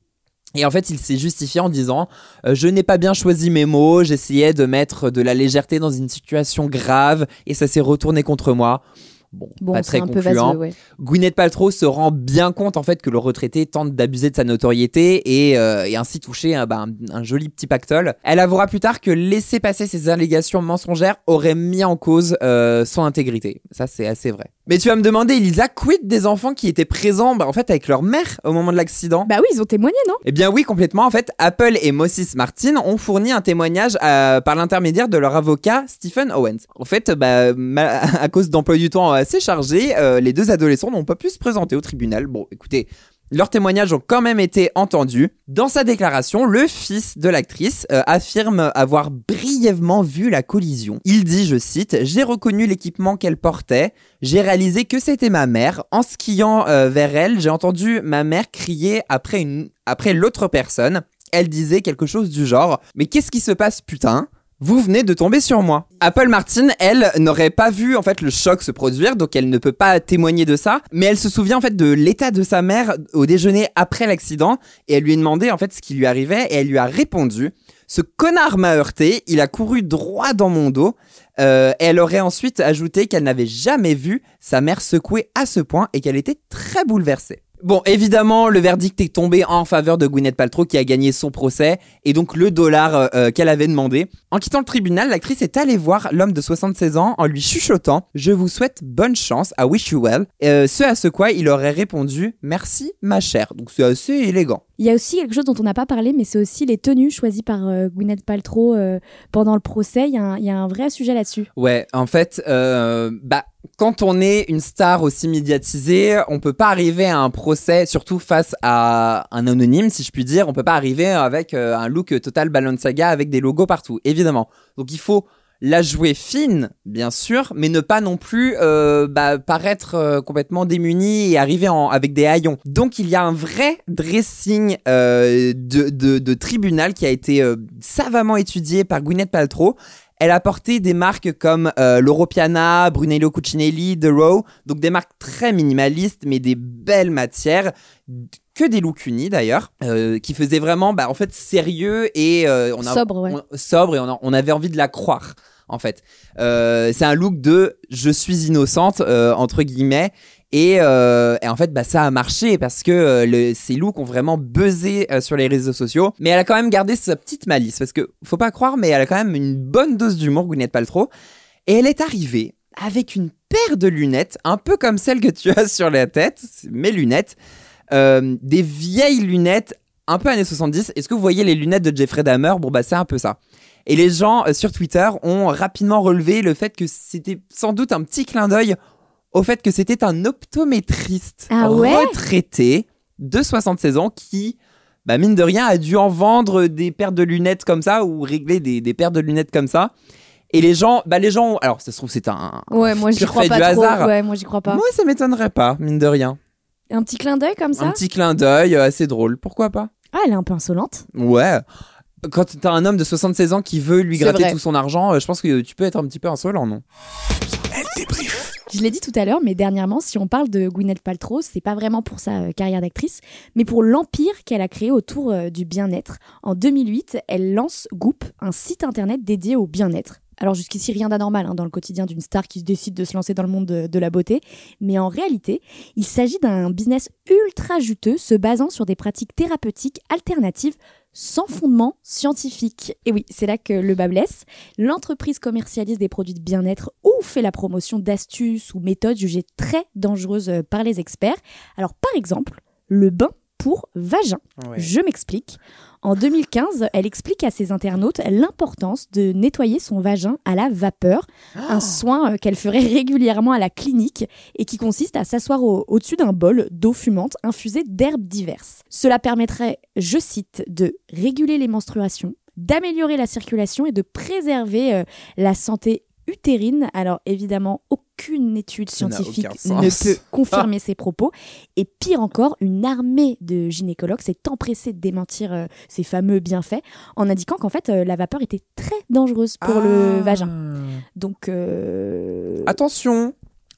Et en fait, il s'est justifié en disant euh, « Je n'ai pas bien choisi mes mots, j'essayais de mettre de la légèreté dans une situation grave et ça s'est retourné contre moi. » Bon, Bon, pas c'est très un peu concluant. vaseux, ouais. Gwyneth Paltrow se rend bien compte en fait que le retraité tente d'abuser de sa notoriété et, euh, et ainsi toucher un, bah, un, un joli petit pactole. Elle avouera plus tard que laisser passer ces allégations mensongères aurait mis en cause euh, son intégrité. Ça, c'est assez vrai. Mais tu vas me demander, Elisa, quid des enfants qui étaient présents bah, en fait avec leur mère au moment de l'accident? Bah oui, ils ont témoigné, non? Eh bien oui, complètement. En fait, Apple et Moses Martin ont fourni un témoignage à, par l'intermédiaire de leur avocat Stephen Owens. En fait, bah, ma- à cause d'emploi du temps assez chargé, euh, les deux adolescents n'ont pas pu se présenter au tribunal. Bon, écoutez, leurs témoignages ont quand même été entendus. Dans sa déclaration, le fils de l'actrice euh, affirme avoir brièvement vu la collision. Il dit, je cite, « J'ai reconnu l'équipement qu'elle portait. J'ai réalisé que c'était ma mère. En skiant euh, vers elle, j'ai entendu ma mère crier après, une... après l'autre personne. Elle disait quelque chose du genre « Mais qu'est-ce qui se passe, putain ? Vous venez de tomber sur moi. » Apple Martin, elle, n'aurait pas vu en fait le choc se produire, donc elle ne peut pas témoigner de ça, mais elle se souvient en fait de l'état de sa mère au déjeuner après l'accident, et elle lui a demandé en fait ce qui lui arrivait, et elle lui a répondu « Ce connard m'a heurté, il a couru droit dans mon dos. Euh, » et elle aurait ensuite ajouté qu'elle n'avait jamais vu sa mère secouée à ce point, et qu'elle était très bouleversée. Bon, évidemment, le verdict est tombé en faveur de Gwyneth Paltrow qui a gagné son procès et donc le dollar euh, qu'elle avait demandé. En quittant le tribunal, l'actrice est allée voir l'homme de soixante-seize ans en lui chuchotant « Je vous souhaite bonne chance, I wish you well euh, ». Ce à ce quoi il aurait répondu « Merci ma chère ». Donc c'est assez élégant. Il y a aussi quelque chose dont on n'a pas parlé, mais c'est aussi les tenues choisies par euh, Gwyneth Paltrow euh, pendant le procès. Il y, a un- il y a un vrai sujet là-dessus. Ouais, en fait, euh, bah, quand on est une star aussi médiatisée, on peut pas arriver à un procès, surtout face à un anonyme, si je puis dire. On peut pas arriver avec euh, un look total Balenciaga avec des logos partout, évidemment. Donc il faut la jouer fine, bien sûr, mais ne pas non plus euh, bah, paraître euh, complètement démunie et arriver en, avec des haillons. Donc il y a un vrai dressing euh, de, de, de tribunal qui a été euh, savamment étudié par Gwyneth Paltrow. Elle a porté des marques comme euh, Loro Piana, Brunello Cucinelli, The Row, donc des marques très minimalistes, mais des belles matières, que des looks unis d'ailleurs, euh, qui faisaient vraiment, bah, en fait, sérieux et euh, on a, Sobre, ouais. on- sobre et on, a- on avait envie de la croire. En fait, euh, c'est un look de je suis innocente euh, entre guillemets. Et, euh, et en fait, bah, ça a marché parce que euh, le, ces looks ont vraiment buzzé euh, sur les réseaux sociaux. Mais elle a quand même gardé sa petite malice parce que faut pas croire, mais elle a quand même une bonne dose d'humour, Gwyneth Paltrow. Et elle est arrivée avec une paire de lunettes, un peu comme celle que tu as sur la tête, mes lunettes, euh, des vieilles lunettes un peu années soixante-dix. Est-ce que vous voyez les lunettes de Jeffrey Dahmer? Bon, bah, c'est un peu ça. Et les gens euh, sur Twitter ont rapidement relevé le fait que c'était sans doute un petit clin d'œil au fait que c'était un optométriste Ah ouais retraité de soixante-seize ans qui, bah mine de rien, a dû en vendre des paires de lunettes comme ça ou régler des, des paires de lunettes comme ça. Et les gens, bah les gens, alors ça se trouve c'est un, Ouais, moi j'y pur crois fait pas du trop. hasard. Ouais, moi j'y crois pas. Moi ça m'étonnerait pas, mine de rien. Un petit clin d'œil comme ça. Un petit clin d'œil euh, assez drôle, pourquoi pas? Ah, elle est un peu insolente. Ouais. Quand t'as un homme de soixante-seize ans qui veut lui C'est gratter vrai. tout son argent, euh, je pense que tu peux être un petit peu insolent, non? Elle débrief. Je l'ai dit tout à l'heure, mais dernièrement, si on parle de Gwyneth Paltrow, c'est pas vraiment pour sa euh, carrière d'actrice, mais pour l'empire qu'elle a créé autour euh, du bien-être. En deux mille huit, elle lance Goop, un site internet dédié au bien-être. Alors jusqu'ici, rien d'anormal hein, dans le quotidien d'une star qui décide de se lancer dans le monde de, de la beauté. Mais en réalité, il s'agit d'un business ultra juteux se basant sur des pratiques thérapeutiques alternatives sans fondement scientifique. Et oui, c'est là que le bas blesse. L'entreprise commercialise des produits de bien-être ou fait la promotion d'astuces ou méthodes jugées très dangereuses par les experts. Alors par exemple, le bain pour vagin. Ouais. Je m'explique. En deux mille quinze, elle explique à ses internautes l'importance de nettoyer son vagin à la vapeur, un soin euh, qu'elle ferait régulièrement à la clinique et qui consiste à s'asseoir au- au-dessus d'un bol d'eau fumante infusée d'herbes diverses. Cela permettrait, je cite, de réguler les menstruations, d'améliorer la circulation et de préserver euh, la santé utérine. Alors évidemment, aucune étude Ça n'a scientifique aucun ne sens. peut confirmer ces propos. Et pire encore, une armée de gynécologues s'est empressée de démentir euh, ces fameux bienfaits en indiquant qu'en fait, euh, la vapeur était très dangereuse pour le Ah. vagin. Donc, euh, Attention,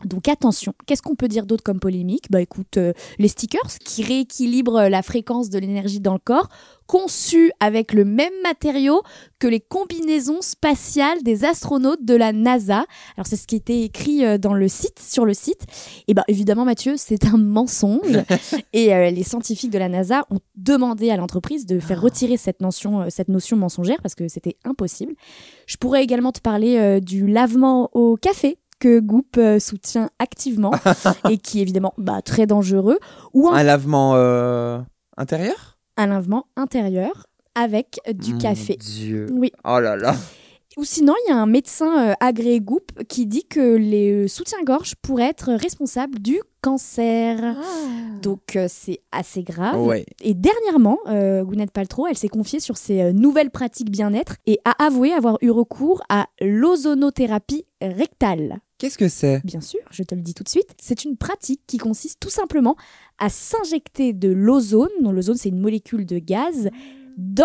Donc attention, qu'est-ce qu'on peut dire d'autre comme polémique ? Bah écoute, euh, les stickers qui rééquilibrent la fréquence de l'énergie dans le corps, conçus avec le même matériau que les combinaisons spatiales des astronautes de la NASA. Alors c'est ce qui était écrit euh, dans le site, sur le site. Et bah évidemment Mathieu, c'est un mensonge. Et euh, les scientifiques de la NASA ont demandé à l'entreprise de faire retirer cette notion, euh, cette notion mensongère parce que c'était impossible. Je pourrais également te parler euh, du lavement au café que Goop euh, soutient activement et qui est évidemment bah, très dangereux. Ou un, Un lavement euh, intérieur ? un lavement intérieur avec du Mon café. Dieu. Oui. Oh là là. Ou sinon, il y a un médecin euh, agréé Goop qui dit que les euh, soutiens-gorge pourraient être responsables du cancer. Donc euh, c'est assez grave. Ouais. Et dernièrement, euh, Gwyneth Paltrow, elle s'est confiée sur ses euh, nouvelles pratiques bien-être et a avoué avoir eu recours à l'ozonothérapie rectale. Qu'est-ce que c'est ? Bien sûr, je te le dis tout de suite. C'est une pratique qui consiste tout simplement à s'injecter de l'ozone, dont l'ozone c'est une molécule de gaz, dans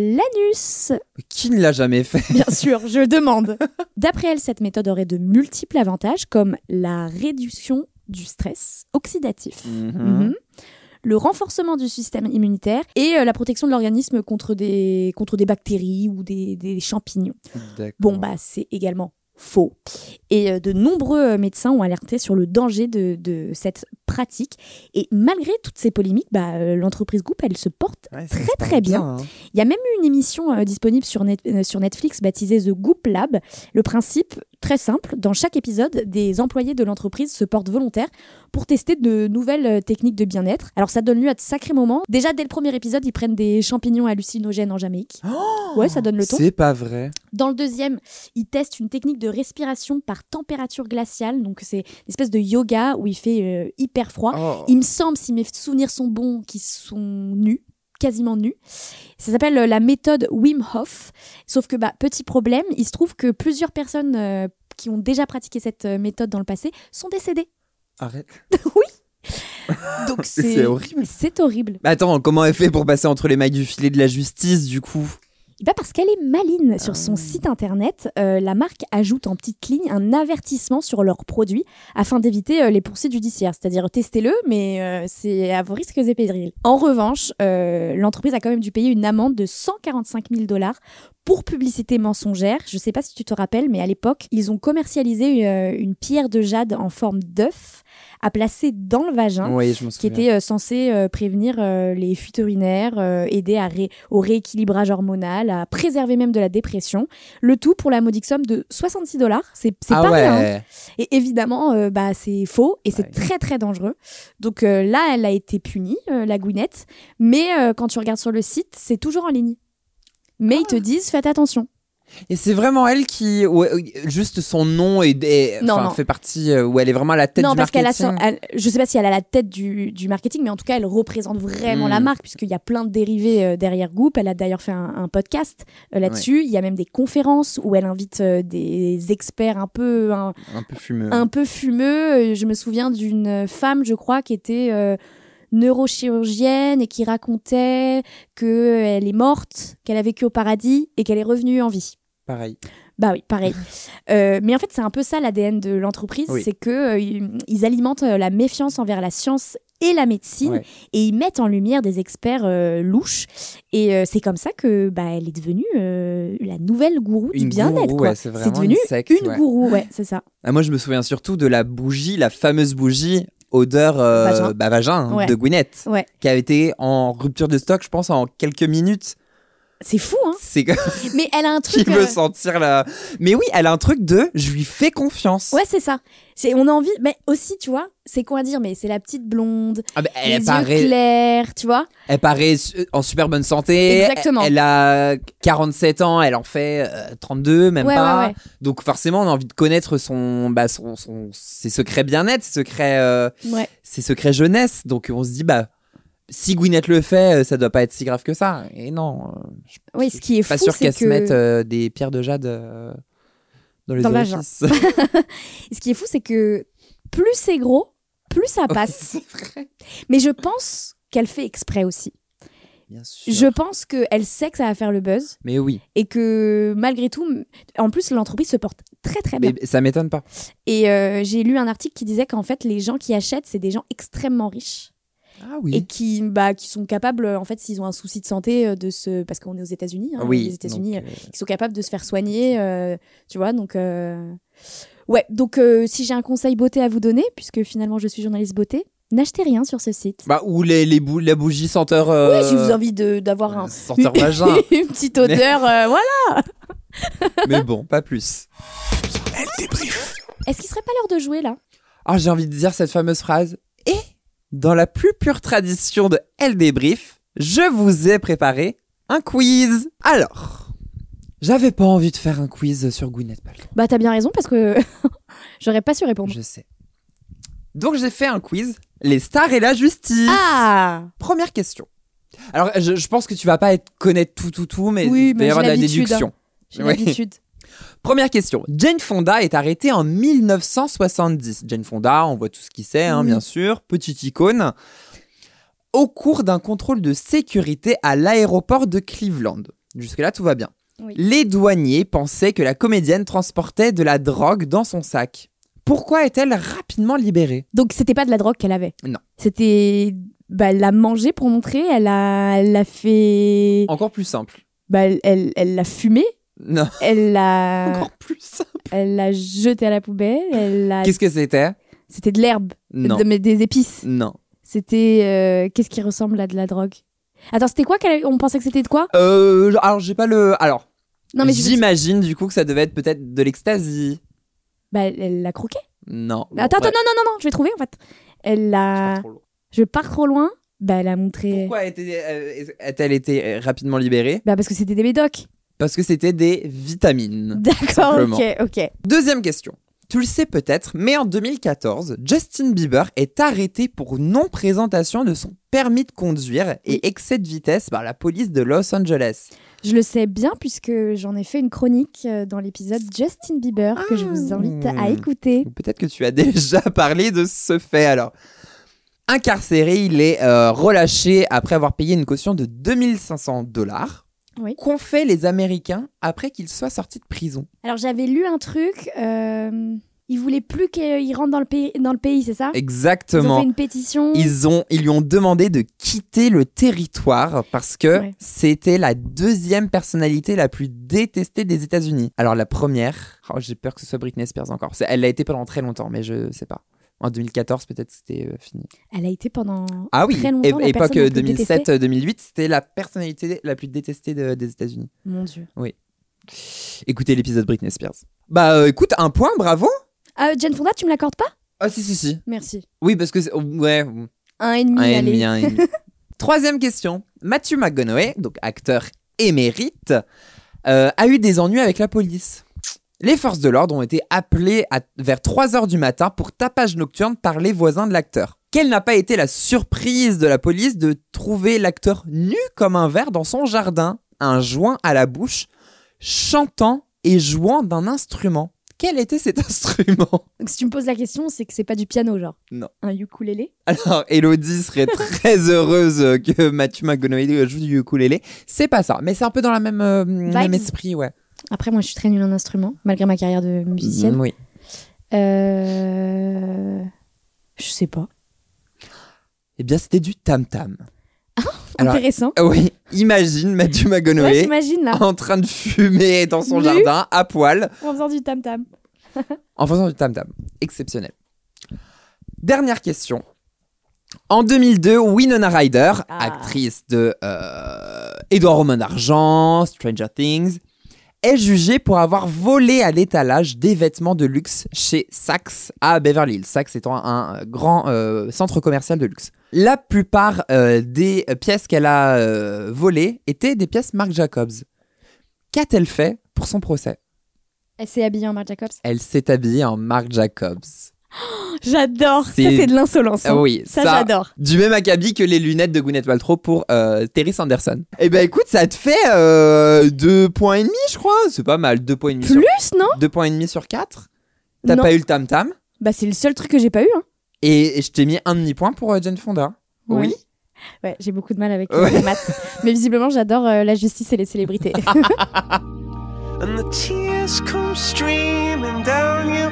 l'anus. Qui ne l'a jamais fait ? Bien sûr, je demande. D'après elle, cette méthode aurait de multiples avantages comme la réduction du stress oxydatif, Mhm. Mhm. le renforcement du système immunitaire et euh, la protection de l'organisme contre des, contre des bactéries ou des, des champignons. D'accord. Bon, bah, c'est également faux. Et euh, de nombreux euh, médecins ont alerté sur le danger de, de cette pratique. Et malgré toutes ces polémiques, bah, euh, l'entreprise Goop, elle se porte Ouais, ça très se porte très bien. hein. Il y a même eu une émission euh, disponible sur, net- euh, sur Netflix baptisée The Goop Lab. Le principe, très simple, dans chaque épisode, des employés de l'entreprise se portent volontaires pour tester de nouvelles euh, techniques de bien-être. Alors ça donne lieu à de sacrés moments. Déjà, dès le premier épisode, ils prennent des champignons hallucinogènes en Jamaïque. Ouais, ça donne le ton. C'est pas vrai. Dans le deuxième, ils testent une technique de respiration par température glaciale. Donc, c'est une espèce de yoga où il fait euh, hyper froid. Oh. Il me semble, si mes souvenirs sont bons, qu'ils sont nus, quasiment nus. Ça s'appelle euh, la méthode Wim Hof. Sauf que, bah, petit problème, il se trouve que plusieurs personnes euh, qui ont déjà pratiqué cette euh, méthode dans le passé sont décédées. Arrête. Oui. Donc, c'est, C'est horrible. C'est horrible. Mais attends, comment elle fait pour passer entre les mailles du filet de la justice, du coup ? Bah parce qu'elle est maline. Sur son site internet, euh, la marque ajoute en petite ligne un avertissement sur leurs produits afin d'éviter euh, les poursuites judiciaires. C'est-à-dire, testez-le, mais euh, c'est à vos risques et périls. En revanche, euh, l'entreprise a quand même dû payer une amende de cent quarante-cinq mille dollars pour publicité mensongère. Je ne sais pas si tu te rappelles, mais à l'époque, ils ont commercialisé euh, une pierre de jade en forme d'œuf à placer dans le vagin. Oui, je m'en Qui souviens. était euh, censé euh, prévenir euh, les fuites urinaires, euh, aider à ré- au rééquilibrage hormonal, à préserver même de la dépression. Le tout pour la modique somme de soixante-six dollars. C'est, c'est Ah pas ouais. rien. Hein. Et évidemment, euh, bah, c'est faux et c'est Ouais. très très dangereux. Donc euh, là, elle a été punie, euh, la Gwyneth. Mais euh, quand tu regardes sur le site, c'est toujours en ligne. Mais ils te disent, faites attention. Et c'est vraiment elle qui, ouais, juste son nom est, est- Non, enfin, non. fait partie euh, où elle est vraiment à la tête Non, du parce qu'elle a marketing. son- elle- je sais pas si elle a la tête du, du marketing, mais en tout cas, elle représente vraiment Mm. la marque, puisqu'il y a plein de dérivés euh, derrière Goop. Elle a d'ailleurs fait un, un podcast euh, là-dessus. Il y a même des conférences où elle invite euh, des experts un peu, un, Un peu fumeux. un peu fumeux. Euh, Je me souviens d'une femme, je crois, qui était euh, neurochirurgienne et qui racontait qu'elle est morte, qu'elle a vécu au paradis et qu'elle est revenue en vie. Pareil. Bah oui, pareil. Euh, mais en fait, c'est un peu ça l'A D N de l'entreprise, Oui. c'est que euh, ils, ils alimentent euh, la méfiance envers la science et la médecine, Ouais. et ils mettent en lumière des experts euh, louches. Et euh, c'est comme ça que bah, elle est devenue euh, la nouvelle gourou du Une bien-être. gourou, quoi. ouais, c'est vraiment devenu une secte, une ouais. gourou, ouais, c'est ça. Ah, moi, je me souviens surtout de la bougie, la fameuse bougie odeur euh, Vagin. bah, vagin hein, Ouais. de Gwyneth, Ouais. qui avait été en rupture de stock, je pense, en quelques minutes. C'est fou, hein. C'est que- Mais elle a un qui truc. veut euh, sentir la. Mais oui, elle a un truc de je lui fais confiance. Ouais, c'est ça. C'est, on a envie, mais aussi, tu vois, c'est quoi à dire, mais c'est la petite blonde, Ah, bah, les elle yeux paraît, clairs, tu vois. elle paraît su- en super bonne santé. Exactement. Elle, elle a quarante-sept ans, elle en fait euh, trente-deux, même Ouais, pas. ouais, ouais. Donc forcément, on a envie de connaître son, bah, son, son, ses secrets bien-être, ses secrets, euh, Ouais. ses secrets jeunesse. Donc on se dit, bah, si Gwyneth le fait, euh, ça doit pas être si grave que ça. Et non. euh, je Oui, ce qui est suis pas fou, sûr c'est qu'elle que... se mette euh, des pierres de jade euh, dans les Dans le vagin. orifices. Et ce qui est fou, c'est que plus c'est gros, plus ça passe. Mais je pense qu'elle fait exprès aussi. bien sûr. Je pense qu'elle sait que ça va faire le buzz. Mais oui. Et que malgré tout, en plus, l'entreprise se porte très très bien. Mais ça m'étonne pas. Et euh, j'ai lu un article qui disait qu'en fait, les gens qui achètent, c'est des gens extrêmement riches. Ah oui. Et qui, bah, qui sont capables, en fait, s'ils ont un souci de santé, de se... parce qu'on est aux États-Unis, hein, oui, les États-Unis, donc, euh... euh... qui sont capables de se faire soigner, euh, tu vois, donc... Euh... Ouais, donc euh, si j'ai un conseil beauté à vous donner, puisque finalement je suis journaliste beauté, n'achetez rien sur ce site. Bah, ou les, les bou- la bougie senteur... Euh... Oui, si vous avez envie de, d'avoir un... senteur vagin. Une petite odeur, Mais... euh, voilà. Mais bon, pas plus. Elle débrief. Est-ce qu'il serait pas l'heure de jouer, là ? Ah, j'ai envie de dire cette fameuse phrase. Et dans la plus pure tradition de Elle débrief, je vous ai préparé un quiz. Alors, j'avais pas envie de faire un quiz sur Gwyneth Paltrow. Bah, t'as bien raison, parce que j'aurais pas su répondre. Je sais. Donc, j'ai fait un quiz, les stars et la justice. Ah ! Première question. Alors, je, je pense que tu vas pas être, connaître tout, tout, tout, mais oui, il va y avoir de la déduction. Hein. J'ai oui. l'habitude. Première question. Jane Fonda est arrêtée en dix-neuf cent soixante-dix. Jane Fonda, on voit tout ce qui c'est, hein, oui. bien sûr. Petite icône. Au cours d'un contrôle de sécurité à l'aéroport de Cleveland. Jusque-là, tout va bien. Oui. Les douaniers pensaient que la comédienne transportait de la drogue dans son sac. Pourquoi est-elle rapidement libérée ? Donc, c'était pas de la drogue qu'elle avait ? Non. C'était... Bah, elle l'a mangée pour montrer. Elle a, elle l'a fait... Encore plus simple. Bah, elle, elle, elle l'a fumée. Non. Elle l'a... Encore plus simple. Elle l'a jeté à la poubelle. Elle l'a... Qu'est-ce que c'était ? C'était de l'herbe. Non. De, mais des épices. Non. C'était... Euh, qu'est-ce qui ressemble à de la drogue ? Attends, c'était quoi qu'elle... On pensait que c'était de quoi ? Euh... Alors, j'ai pas le... Alors, non, mais j'imagine du coup que ça devait être peut-être de l'ecstasy. Bah, elle, elle l'a croqué ? Non. Bon, attends, attends, non, non, non, non, je vais trouver en fait. Elle l'a... Je pars trop loin. Bah, elle a montré... Pourquoi a-t-elle été rapidement libérée ? Bah, parce que c'était des médocs. Parce que c'était des vitamines. D'accord, ok, ok. Deuxième question. Tu le sais peut-être, mais en deux mille quatorze, Justin Bieber est arrêté pour non-présentation de son permis de conduire et excès de vitesse par la police de Los Angeles. Je le sais bien puisque j'en ai fait une chronique dans l'épisode Justin Bieber ah, que je vous invite à écouter. Peut-être que tu as déjà parlé de ce fait alors. Incarcéré, il est euh, relâché après avoir payé une caution de deux mille cinq cents dollars. Oui. Qu'ont fait les Américains après qu'il soit sorti de prison ? Alors j'avais lu un truc, euh, ils voulaient plus qu'il rentre dans le pays, dans le pays, c'est ça ? Exactement. Ils ont fait une pétition. Ils, ont, ils lui ont demandé de quitter le territoire parce que ouais. c'était la deuxième personnalité la plus détestée des États-Unis. Alors la première, oh, j'ai peur que ce soit Britney Spears encore. C'est, elle l'a été pendant très longtemps, mais je sais pas. En deux mille quatorze, peut-être c'était euh, fini. Elle a été pendant ah oui. très longtemps. Ah oui, époque deux mille sept deux mille huit, c'était la personnalité la plus détestée de, des États-Unis. Mon Dieu. Oui. Écoutez l'épisode Britney Spears. Bah euh, écoute, un point, bravo. Euh, Jane Fonda, tu me l'accordes pas ? Ah si, si, si. Merci. Oui, parce que... C'est... Ouais. Un et demi, un et allez. demi, un et demi. Troisième question. Matthew McConaughey, donc acteur émérite, euh, a eu des ennuis avec la police. Les forces de l'ordre ont été appelées à, vers trois heures du matin pour tapage nocturne par les voisins de l'acteur. Quelle n'a pas été la surprise de la police de trouver l'acteur nu comme un verre dans son jardin, un joint à la bouche, chantant et jouant d'un instrument. Quel était cet instrument ? Donc si tu me poses la question, c'est que c'est pas du piano, genre ? Non. Un ukulélé ? Alors, Elodie serait très heureuse que Matthew McConaughey joue du ukulélé. C'est pas ça, mais c'est un peu dans le même, euh, même esprit, ouais. Après, moi, je suis très nulle en instrument, malgré ma carrière de musicienne. Mmh, oui. Euh... Je sais pas. Eh bien, c'était du tam-tam. Ah, alors, intéressant. Oui, imagine Matthew McConaughey ouais, là. en train de fumer dans son nu, jardin, à poil. En faisant du tam-tam. En faisant du tam-tam. Exceptionnel. Dernière question. En deux mille deux, Winona Ryder, ah. actrice de euh, Édouard Romain d'Argent, Stranger Things, est jugée pour avoir volé à l'étalage des vêtements de luxe chez Saks à Beverly Hills. Saks étant un, un grand euh, centre commercial de luxe. La plupart euh, des pièces qu'elle a euh, volées étaient des pièces Marc Jacobs. Qu'a-t-elle fait pour son procès ? Elle s'est habillée en Marc Jacobs ? Elle s'est habillée en Marc Jacobs. Oh, j'adore, c'est... ça c'est de l'insolence. Hein. Ah oui, ça, ça j'adore. Du même acabit que les lunettes de Gwyneth Paltrow pour euh, Terry Sanderson. Eh ben écoute, ça te fait euh, deux points et demi, je crois. C'est pas mal, deux points et demi. Plus, sur... non ? Deux points et demi sur quatre. T'as non. pas eu le tam tam. Bah c'est le seul truc que j'ai pas eu. Hein. Et, et je t'ai mis un demi point pour euh, Jane Fonda. Ouais. Oui. Ouais, j'ai beaucoup de mal avec Ouais. les maths. Mais visiblement, j'adore euh, la justice et les célébrités. And the tears come streaming down your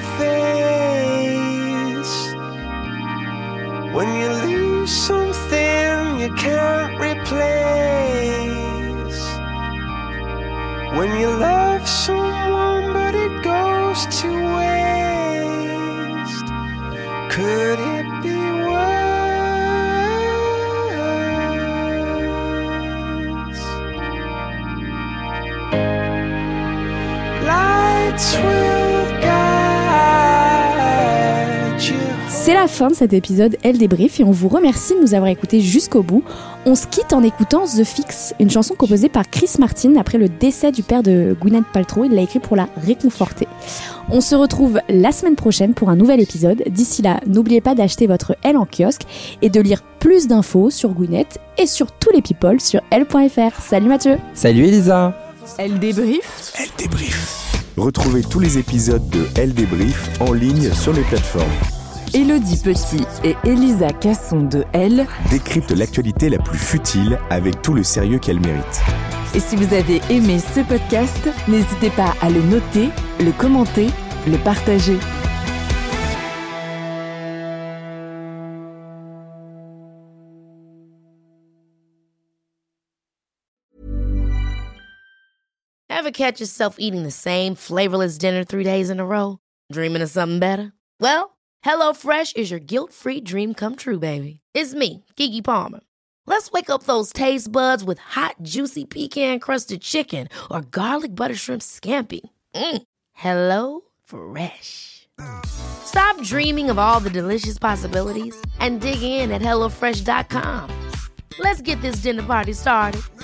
face when you lose something you can't replace, when you love someone but it goes to waste. Could it be worse? Lights will guide you. C'est la fin de cet épisode Elle débrief et on vous remercie de nous avoir écoutés jusqu'au bout. On se quitte en écoutant The Fix, une chanson composée par Chris Martin après le décès du père de Gwyneth Paltrow. Il l'a écrit pour la réconforter. On se retrouve la semaine prochaine pour un nouvel épisode. D'ici là, n'oubliez pas d'acheter votre Elle en kiosque et de lire plus d'infos sur Gwyneth et sur tous les people sur elle point f r. Salut Mathieu. Salut Elisa. Elle débrief. Elle débrief. Retrouvez tous les épisodes de Elle débrief en ligne sur les plateformes. Élodie Petit et Elisa Casson de Elle Décrypte l'actualité la plus futile avec tout le sérieux qu'elle mérite. Et si vous avez aimé ce podcast, n'hésitez pas à le noter, le commenter, le partager. Ever catch yourself eating the same flavorless dinner three days in a row? Dreaming of something better? Well, HelloFresh is your guilt-free dream come true, baby. It's me, Keke Palmer. Let's wake up those taste buds with hot, juicy pecan-crusted chicken or garlic butter shrimp scampi. Mm. Hello Fresh. Stop dreaming of all the delicious possibilities and dig in at hello fresh dot com. Let's get this dinner party started.